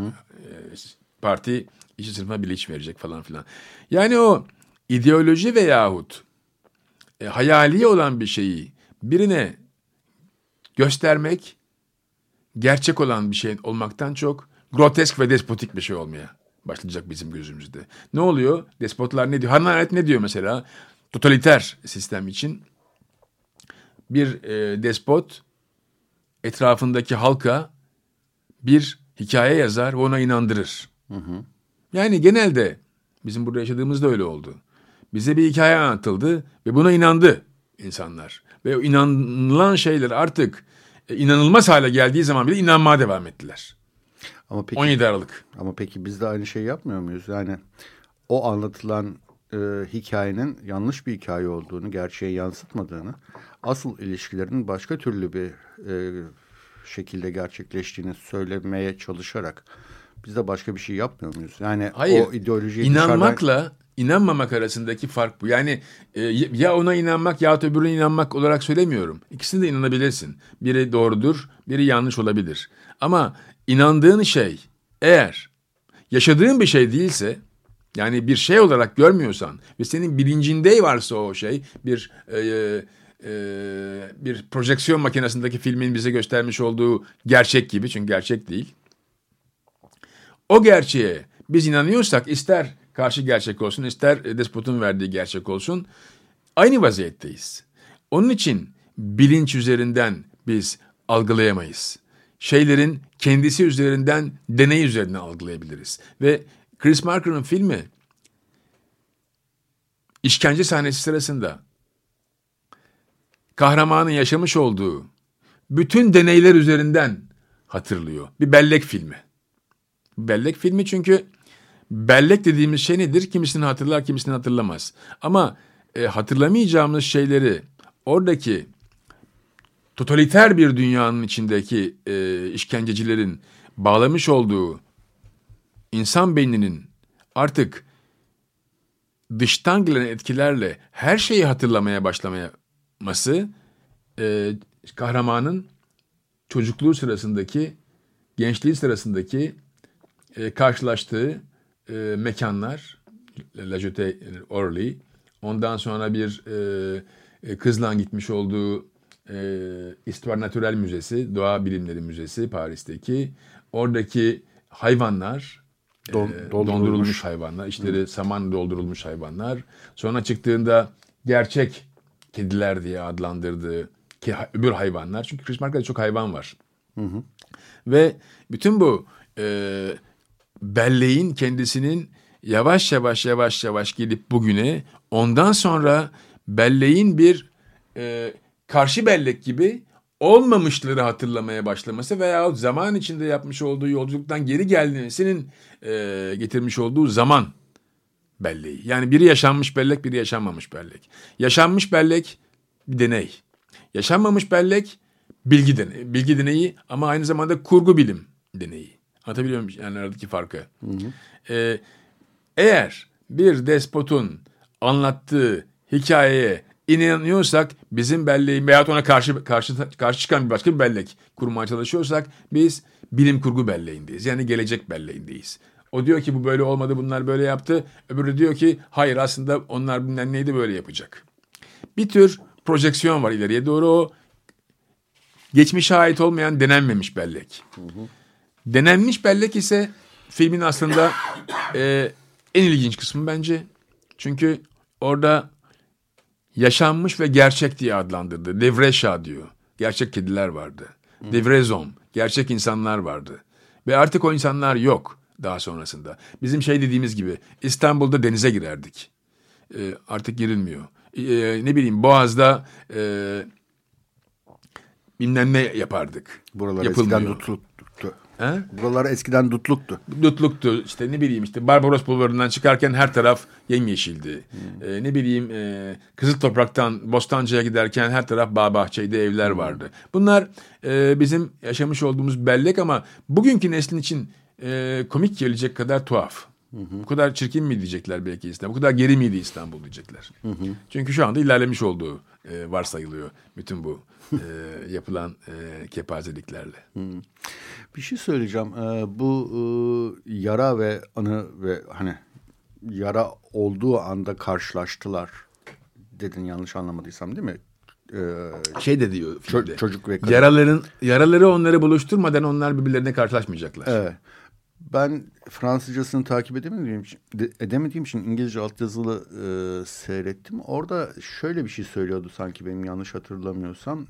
Parti işçi sınıfına bilinç verecek falan filan. Yani o ideoloji veyahut hayali olan bir şeyi birine göstermek gerçek olan bir şey olmaktan çok grotesk ve despotik bir şey olmaya başlayacak bizim gözümüzde. Ne oluyor? Despotlar ne diyor? Hannah Arendt ne diyor mesela? Totaliter sistem için bir despot etrafındaki halka bir hikaye yazar ve ona inandırır. Yani genelde bizim burada yaşadığımızda öyle oldu. Bize bir hikaye anlatıldı ve buna inandı insanlar. Ve o inanılan şeyler artık inanılmaz hale geldiği zaman bile inanmaya devam ettiler. Ama peki, 17 Aralık. Ama peki biz de aynı şeyi yapmıyor muyuz? Yani o anlatılan hikayenin yanlış bir hikaye olduğunu, gerçeğe yansıtmadığını, asıl ilişkilerin başka türlü bir şekilde gerçekleştiğini söylemeye çalışarak biz de başka bir şey yapmıyor muyuz? Yani hayır, o ideolojiyi inanmakla inanmamak arasındaki fark bu. Yani ya ona inanmak ya öbürüne inanmak olarak söylemiyorum. İkisine de inanabilirsin. Biri doğrudur, biri yanlış olabilir. Ama inandığın şey eğer yaşadığın bir şey değilse, yani bir şey olarak görmüyorsan ve senin bilincinde varsa o şey bir projeksiyon makinesindeki filmin bize göstermiş olduğu gerçek gibi, çünkü gerçek değil. O gerçeğe biz inanıyorsak, ister karşı gerçek olsun, ister despotun verdiği gerçek olsun, aynı vaziyetteyiz. Onun için bilinç üzerinden biz algılayamayız. Şeylerin kendisi üzerinden, deney üzerinden algılayabiliriz. Ve Chris Marker'ın filmi işkence sahnesi sırasında kahramanın yaşamış olduğu bütün deneyler üzerinden hatırlıyor. Bir bellek filmi. Bellek filmi, çünkü bellek dediğimiz şey nedir? Kimisini hatırlar, kimisini hatırlamaz. Ama hatırlamayacağımız şeyleri oradaki totaliter bir dünyanın içindeki işkencecilerin bağlamış olduğu insan beyninin artık dıştan gelen etkilerle her şeyi hatırlamaya başlaması kahramanın çocukluğu sırasındaki, gençliği sırasındaki karşılaştığı mekanlar, La Jetée Orly, ondan sonra bir kızla gitmiş olduğu Histoire Naturelle Müzesi, Doğa Bilimleri Müzesi Paris'teki, oradaki hayvanlar, dondurulmuş hayvanlar, içleri saman doldurulmuş hayvanlar, sonra çıktığında gerçek kediler diye adlandırdığı öbür hayvanlar, çünkü Chris Marker'da çok hayvan var. Ve bütün bu belleğin kendisinin yavaş yavaş gelip bugüne, ondan sonra belleğin bir karşı bellek gibi olmamışları hatırlamaya başlaması veyahut zaman içinde yapmış olduğu yolculuktan geri gelmesinin getirmiş olduğu zaman belleği. Yani biri yaşanmış bellek, biri yaşanmamış bellek. Yaşanmış bellek bir deney. Yaşanmamış bellek bilgi deneyi ama aynı zamanda kurgu bilim deneyi. Anlatabiliyor muyum yani aradaki farkı? Eğer bir despotun anlattığı hikayeye inanıyorsak, bizim belleğin veyahut ona karşı çıkan bir başka bir bellek kurmaya çalışıyorsak, biz bilim kurgu belleğindeyiz. Yani gelecek belleğindeyiz. O diyor ki bu böyle olmadı, bunlar böyle yaptı. Öbürü diyor ki hayır, aslında onlar bilmem neydi, böyle yapacak. Bir tür projeksiyon var ileriye doğru, o geçmişe ait olmayan denenmemiş bellek. Denenmiş bellek ise filmin aslında en ilginç kısmı bence. Çünkü orada yaşanmış ve gerçek diye adlandırdı. Devreşa diyor. Gerçek kediler vardı. Devrezom. Gerçek insanlar vardı. Ve artık o insanlar yok. daha sonrasında. Bizim şey dediğimiz gibi İstanbul'da denize girerdik. Artık girilmiyor. Ne bileyim Boğaz'da bilmem ne yapardık. Buralar Yapılmıyor. eskiden dutluktu. He? Buralar eskiden dutluktu. Dutluktu. İşte ne bileyim işte Barbaros Bulvarı'ndan çıkarken her taraf yemyeşildi. Ne bileyim Kızıl Toprak'tan Bostancı'ya giderken her taraf bağ bahçeydi, evler vardı. Bunlar bizim yaşamış olduğumuz bellek ama bugünkü neslin için komik gelecek kadar tuhaf. Bu kadar çirkin mi diyecekler belki İstanbul. Bu kadar geri miydi İstanbul diyecekler. Çünkü şu anda ilerlemiş olduğu varsayılıyor bütün bu yapılan kepazeliklerle. Bir şey söyleyeceğim. Bu yara ve anı ve hani yara olduğu anda karşılaştılar dedin, yanlış anlamadıysam değil mi? Şey de diyor filmde. Çocuk ve kadın. Yaraları onları buluşturmadan onlar birbirlerine karşılaşmayacaklar. Evet. Ben Fransızcasını takip edemediğim için İngilizce altyazılı seyrettim. Orada şöyle bir şey söylüyordu sanki, benim yanlış hatırlamıyorsam.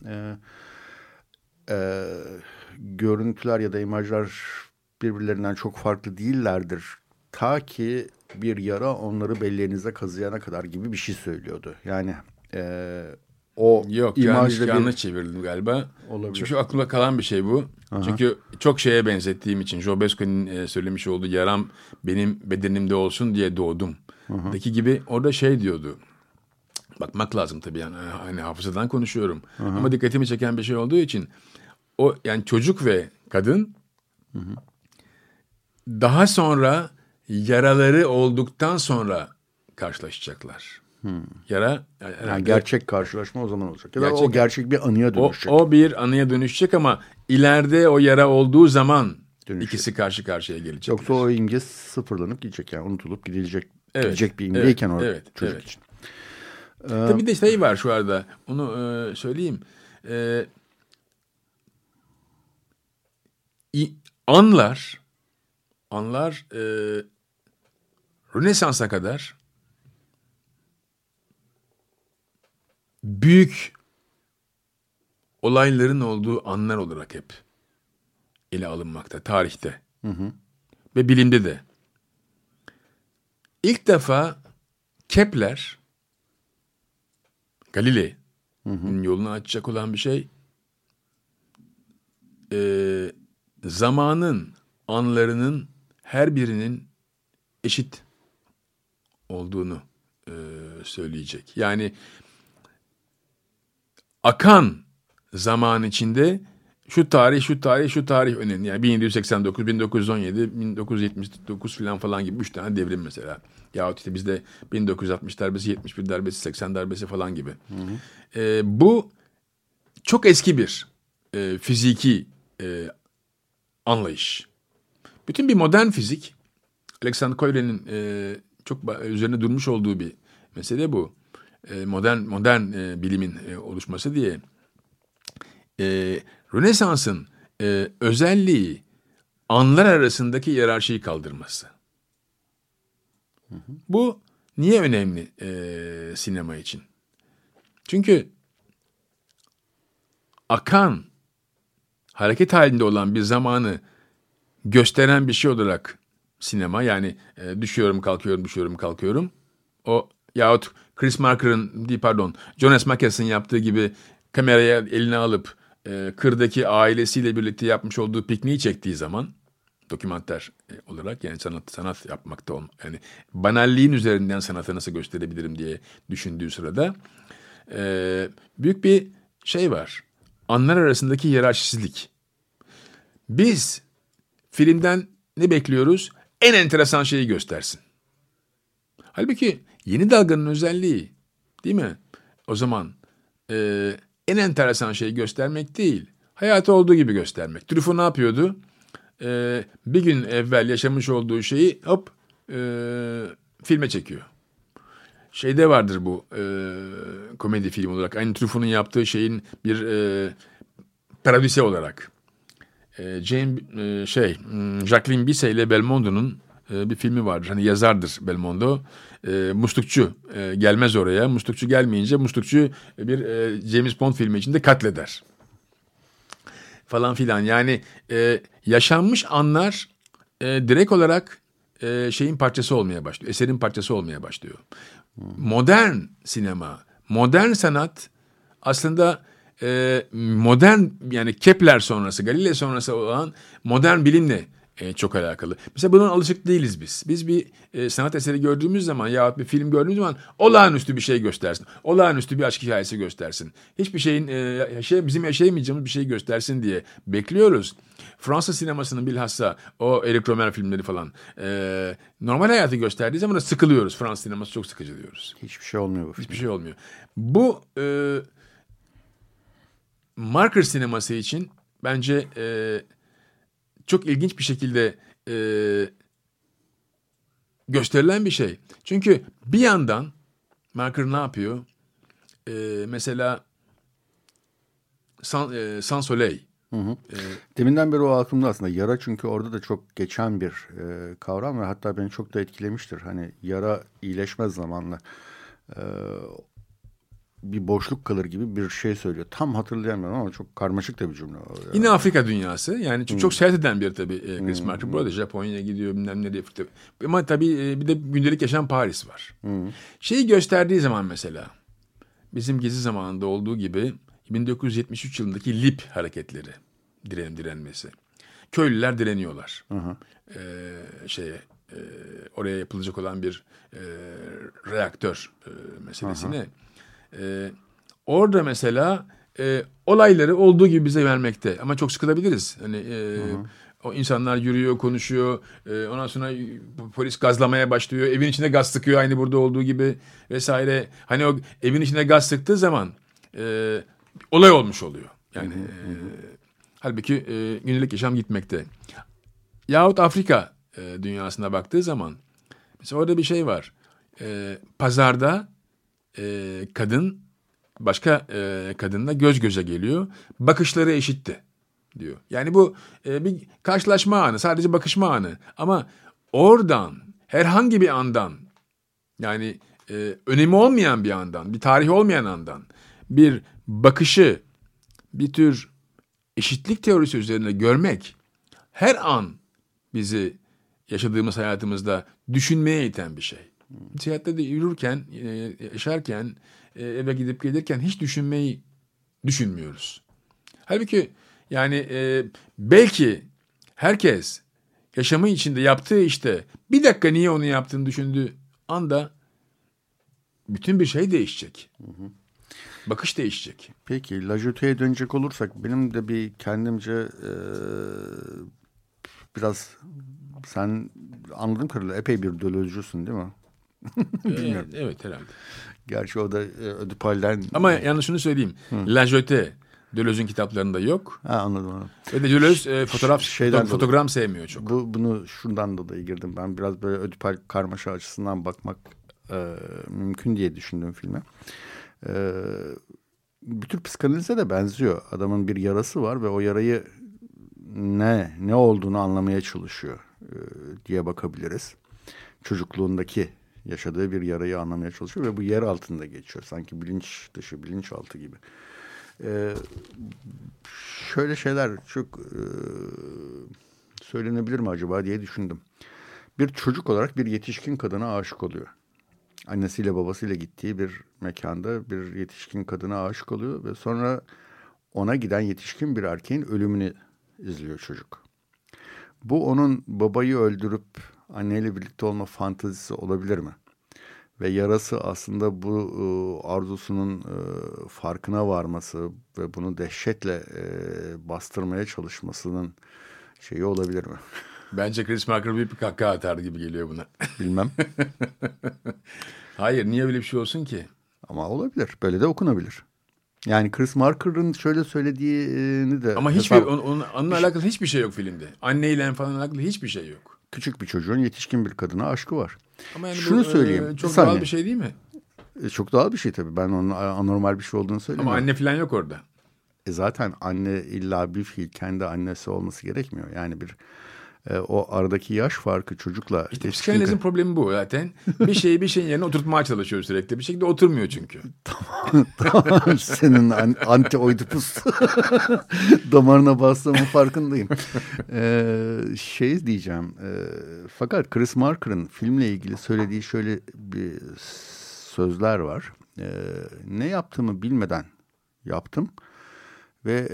Görüntüler ya da imajlar birbirlerinden çok farklı değillerdir. Ta ki bir yara onları belleğinize kazıyana kadar gibi bir şey söylüyordu. Yani o Yok, imajda yanlış çevirdim galiba. Olabilir. Çünkü aklımda kalan bir şey bu. Aha. Çünkü çok şeye benzettiğim için Jobesco'nun söylemiş olduğu yaram benim bedenimde olsun diye doğdum. Daki gibi orada şey diyordu. Bakmak lazım tabii, yani hani hafızadan konuşuyorum. Ama dikkatimi çeken bir şey olduğu için o, yani çocuk ve kadın daha sonra yaraları olduktan sonra karşılaşacaklar. Yara yani gerçek karşılaşma o zaman olacak. Ya da o gerçek bir anıya dönüşecek. O bir anıya dönüşecek ama ileride o yara olduğu zaman ikisi karşı karşıya gelecek. Yoksa o imge sıfırlanıp gidecek, yani unutulup gidecek bir imgeyken o çocuk için. Tabii de şey var şu anda, onu söyleyeyim. Anlar Rönesans'a kadar büyük olayların olduğu anlar olarak hep ele alınmakta tarihte ve bilimde de. İlk defa Kepler, Galilei'nin yolunu açacak olan bir şey, zamanın anlarının her birinin eşit olduğunu söyleyecek. Yani akan zaman içinde şu tarih önemli. Yani 1789, 1917, 1979 falan gibi 3 tane devrim mesela. Yahut işte bizde 1960 darbesi, 71 darbesi, 80 darbesi falan gibi. Bu çok eski bir fiziki anlayış. Bütün bir modern fizik, Alexander Koyle'nin çok üzerine durmuş olduğu bir mesele bu. Modern bilimin oluşması diye. Rönesans'ın özelliği anlar arasındaki hiyerarşiyi kaldırması. Bu niye önemli sinema için? Çünkü akan, hareket halinde olan bir zamanı gösteren bir şey olarak sinema, yani düşüyorum kalkıyorum o, yahut Jonas Mekers'in yaptığı gibi kameraya eline alıp kırdaki ailesiyle birlikte yapmış olduğu pikniği çektiği zaman, dokümenter olarak, yani sanat yapmakta yani banalliğin üzerinden sanatı nasıl gösterebilirim diye düşündüğü sırada büyük bir şey var. Anlar arasındaki hiyerarşisizlik. Biz filmden ne bekliyoruz? En enteresan şeyi göstersin. Halbuki yeni dalganın özelliği, değil mi? O zaman en enteresan şeyi göstermek değil, hayatı olduğu gibi göstermek. Truffaut ne yapıyordu? Bir gün evvel yaşamış olduğu şeyi filme çekiyor. Şeyde vardır bu komedi film olarak. Aynı Truffaut'un yaptığı şeyin bir parodisi olarak. Jacqueline Bisset ile Belmondo'nun bir filmi vardır. Hani yazardır Belmondo. Muslukçu gelmez oraya. Muslukçu gelmeyince muslukçu bir James Bond filmi içinde katleder. Falan filan. Yani yaşanmış anlar direkt olarak şeyin parçası olmaya başlıyor. Eserin parçası olmaya başlıyor. Modern sinema, modern sanat aslında modern, yani Kepler sonrası, Galileo sonrası olan modern bilimle çok alakalı. Mesela buna alışık değiliz biz. Biz bir sanat eseri gördüğümüz zaman yahut bir film gördüğümüz zaman olağanüstü bir şey göstersin. Olağanüstü bir aşk hikayesi göstersin. Hiçbir şeyin bizim yaşayamayacağımız bir şey göstersin diye bekliyoruz. Fransız sinemasının bilhassa o Eric Romer filmleri falan normal hayatı gösterdiği zaman da sıkılıyoruz. Fransız sineması çok sıkıcı diyoruz. Hiçbir şey olmuyor bu film. Hiçbir şey olmuyor. Bu marker sineması için bence çok ilginç bir şekilde gösterilen bir şey. Çünkü bir yandan marker ne yapıyor? Mesela Sans Soleil. Deminden beri o aklımda aslında. Yara, çünkü orada da çok geçen bir kavram ve hatta beni çok da etkilemiştir. Hani yara iyileşmez zamanla. Bir boşluk kalır gibi bir şey söylüyor. Tam hatırlayamıyorum ama çok karmaşık da bir cümle. Yine Afrika dünyası. Yani çok seyahat eden bir tabii Chris Marker. Burada Japonya'ya gidiyor, bilmem nereye. Ama tabii bir de gündelik yaşam Paris var. Şeyi gösterdiği zaman mesela bizim Gezi zamanında olduğu gibi 1973 yılındaki LIP hareketleri, direnmesi. Köylüler direniyorlar. Oraya yapılacak olan bir reaktör meselesine. Orada mesela olayları olduğu gibi bize vermekte, ama çok sıkılabiliriz. Hani o insanlar yürüyor, konuşuyor, ondan sonra polis gazlamaya başlıyor, evin içinde gaz sıkıyor aynı burada olduğu gibi vesaire. Hani o evin içinde gaz sıktığı zaman olay olmuş oluyor. Yani halbuki günlük yaşam gitmekte. Yahut Afrika dünyasına baktığı zaman mesela orada bir şey var. Pazarda kadın başka kadınla göz göze geliyor. Bakışları eşitti diyor. Yani bu bir karşılaşma anı, sadece bakışma anı. Ama oradan, herhangi bir andan, yani önemi olmayan bir andan, bir tarihi olmayan andan bir bakışı bir tür eşitlik teorisi üzerine görmek her an bizi yaşadığımız hayatımızda düşünmeye iten bir şey. Seyahatte de yürürken, yaşarken, eve gidip gelirken hiç düşünmüyoruz. Halbuki yani belki herkes yaşamı içinde yaptığı işte bir dakika niye onu yaptığını düşündüğü anda bütün bir şey değişecek. Bakış değişecek. Peki La Jetée dönecek olursak benim de bir kendimce biraz, sen anladığım kadarıyla epey bir Deleuze'cusun değil mi? Bilmiyorum. Evet herhalde. Gerçi o da Ödipal'den... Ama yalnız şunu söyleyeyim. La Jetée Deleuze'ün kitaplarında yok. Anladım. Ve de Deleuze fotoğraf sevmiyor çok. Bunu şundan dolayı girdim. Ben biraz böyle Ödipal karmaşa açısından bakmak mümkün diye düşündüm filme. Bir tür psikanalize de benziyor. Adamın bir yarası var ve o yarayı ne olduğunu anlamaya çalışıyor diye bakabiliriz. Çocukluğundaki yaşadığı bir yarayı anlamaya çalışıyor ve bu yer altında geçiyor. Sanki bilinç dışı, bilinçaltı gibi. Şöyle şeyler çok söylenebilir mi acaba diye düşündüm. Bir çocuk olarak bir yetişkin kadına aşık oluyor. Annesiyle babasıyla gittiği bir mekanda bir yetişkin kadına aşık oluyor ve sonra ona giden yetişkin bir erkeğin ölümünü izliyor çocuk. Bu onun babayı öldürüp anneyle birlikte olma fantezisi olabilir mi? Ve yarası aslında bu arzusunun farkına varması ve bunu dehşetle bastırmaya çalışmasının şeyi olabilir mi? Bence Chris Marker bir kahkaha atar gibi geliyor buna. Bilmem. Hayır, niye öyle bir şey olsun ki? Ama olabilir. Böyle de okunabilir. Yani Chris Marker'ın şöyle söylediğini de... Ama onunla alakalı hiçbir şey yok filmde. Anneyle falan alakalı hiçbil şey yok. Küçük bir çocuğun yetişkin bir kadına aşkı var. Ama yani şunu söyleyeyim. Çok doğal bir şey değil mi? Çok doğal bir şey tabii. Ben onun anormal bir şey olduğunu söylemiyorum. Ama anne falan yok orada. Zaten anne illa bir fiil kendi annesi olması gerekmiyor. Yani bir O aradaki yaş farkı çocukla. İşte psikanalizin problemi bu zaten. Bir şeyin yerine oturtmaya çalışıyor sürekli. Bir şekilde oturmuyor çünkü. Tamam. Senin anti-oidipus damarına bastığımın farkındayım. Diyeceğim. Fakat Chris Marker'ın filmle ilgili söylediği şöyle bir sözler var. Ne yaptığımı bilmeden yaptım. Ve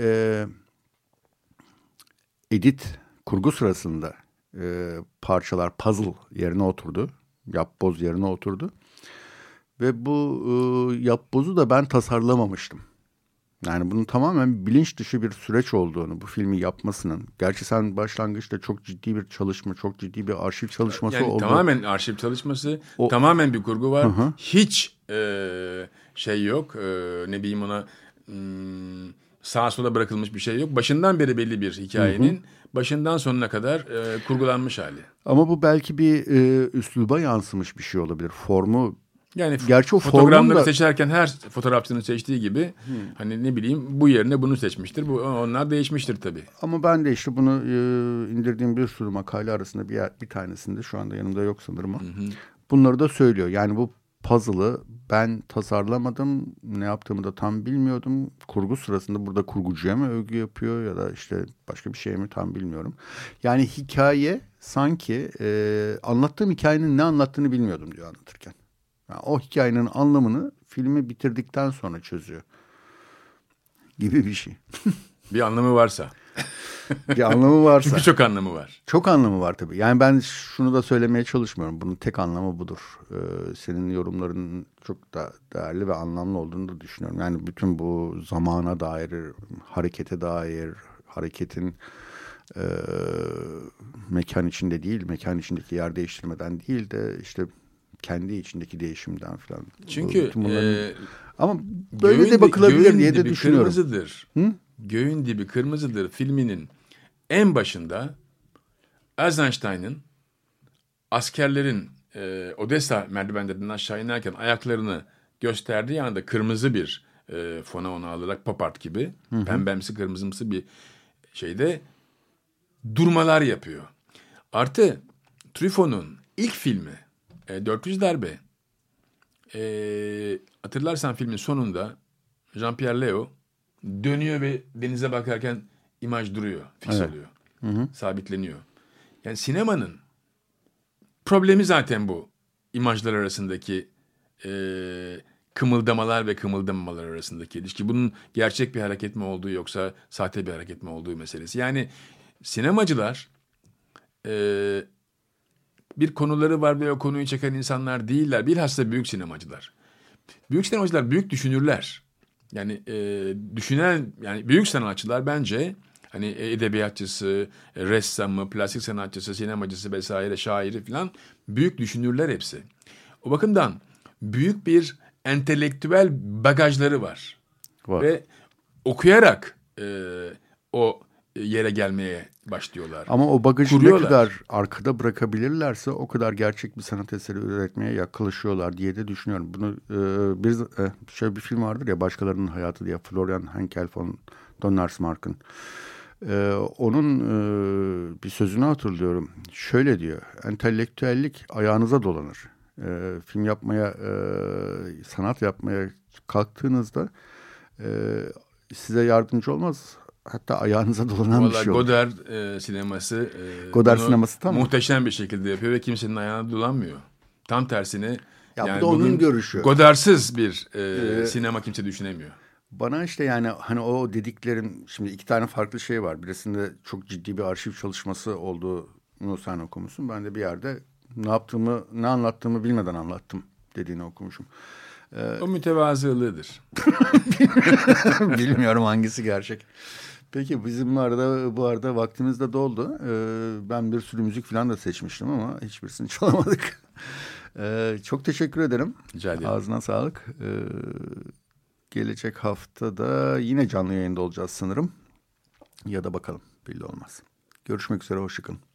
edit kurgu sırasında parçalar puzzle yerine oturdu. Yapboz yerine oturdu. Ve bu yapbozu da ben tasarlamamıştım. Yani bunun tamamen bilinç dışı bir süreç olduğunu bu filmi yapmasının. Gerçi sen başlangıçta çok ciddi bir çalışma, çok ciddi bir arşiv çalışması yani oldu. Tamamen arşiv çalışması, tamamen bir kurgu var. Hı-hı. Hiç yok. Ne bileyim ona sağa sola bırakılmış bir şey yok. Başından beri belli bir hikayenin başından sonuna kadar kurgulanmış hali. Ama bu belki bir üsluba yansımış bir şey olabilir. Formu. Yani gerçi o fotoğrafları seçerken her fotoğrafçının seçtiği gibi hani ne bileyim bu yerine bunu seçmiştir. Onlar değişmiştir tabii. Ama ben de işte bunu indirdiğim bir sürü makale arasında bir tanesinde şu anda yanımda yok sanırım o. Bunları da söylüyor. Yani bu puzzle'ı ben tasarlamadım. Ne yaptığımı da tam bilmiyordum. Kurgu sırasında burada kurgucuya mı övgü yapıyor ya da işte başka bir şey mi tam bilmiyorum. Yani hikaye sanki anlattığım hikayenin ne anlattığını bilmiyordum diyor anlatırken. Yani o hikayenin anlamını filmi bitirdikten sonra çözüyor. Gibi bir şey. Bir anlamı varsa. Bir anlamı varsa. Çünkü çok anlamı var. Çok anlamı var tabii. Yani ben şunu da söylemeye çalışmıyorum. Bunun tek anlamı budur. Senin yorumların çok da değerli ve anlamlı olduğunu da düşünüyorum. Yani bütün bu zamana dair, harekete dair, hareketin mekan içinde değil, mekan içindeki yer değiştirmeden değil de işte kendi içindeki değişimden falan. Çünkü ama böyle de bakılabilir diye de düşünüyorum. Kırmızıdır. Göğün dibi kırmızıdır filminin en başında Eisenstein'ın askerlerin Odessa merdivenlerinden aşağı inerken ayaklarını gösterdiği anda kırmızı bir fona onu alarak pop art gibi pembemsi kırmızımsı bir şeyde durmalar yapıyor. Artı Truffaut'un ilk filmi 400 Darbe hatırlarsan filmin sonunda Jean-Pierre Léaud dönüyor ve denize bakarken imaj duruyor, fix oluyor. Sabitleniyor. Yani sinemanın problemi zaten bu. İmajlar arasındaki kımıldamalar ve kımıldamalar arasındaki ilişki. Bunun gerçek bir hareket mi olduğu yoksa sahte bir hareket mi olduğu meselesi. Yani sinemacılar bir konuları var ve o konuyu çeken insanlar değiller. Bilhassa büyük sinemacılar. Büyük sinemacılar büyük düşünürler. Yani düşünen, yani büyük sanatçılar bence hani edebiyatçısı, ressamı, plastik sanatçısı, sinemacısı vesaire, şairi falan büyük düşünürler hepsi. O bakımdan büyük bir entelektüel bagajları var. Ve okuyarak o yere gelmeye başlıyorlar. Ama o bagajı ne kadar arkada bırakabilirlerse o kadar gerçek bir sanat eseri üretmeye yaklaşıyorlar diye de düşünüyorum. Bunu şöyle bir film vardır ya, Başkalarının Hayatı diye, Florian Henkel von Donnersmarck'ın. Onun bir sözünü hatırlıyorum. Şöyle diyor: entelektüellik ayağınıza dolanır. Film yapmaya, sanat yapmaya kalktığınızda size yardımcı olmaz. Hatta ayağınıza dolanan bir şey olur. Godard sineması Godard sineması tamam. Muhteşem bir şekilde yapıyor ve kimsenin ayağına dolanmıyor. Tam tersine. Ya yani bu da onun görüşü. Godardsız bir sinema kimse düşünemiyor. Bana işte yani hani o dediklerin, şimdi iki tane farklı şey var. Birisinde çok ciddi bir arşiv çalışması olduğunu sen okumuşsun. Ben de bir yerde ne anlattığımı bilmeden anlattım dediğini okumuşum. O mütevazılığıdır. Bilmiyorum hangisi gerçek. Peki bizim bu arada vaktimiz de doldu. Ben bir sürü müzik falan da seçmiştim ama hiçbirisini çalamadık. Çok teşekkür ederim. Rica ederim. Ağzına sağlık. Gelecek hafta da yine canlı yayında olacağız sanırım. Ya da bakalım, belli olmaz. Görüşmek üzere, hoşça kalın.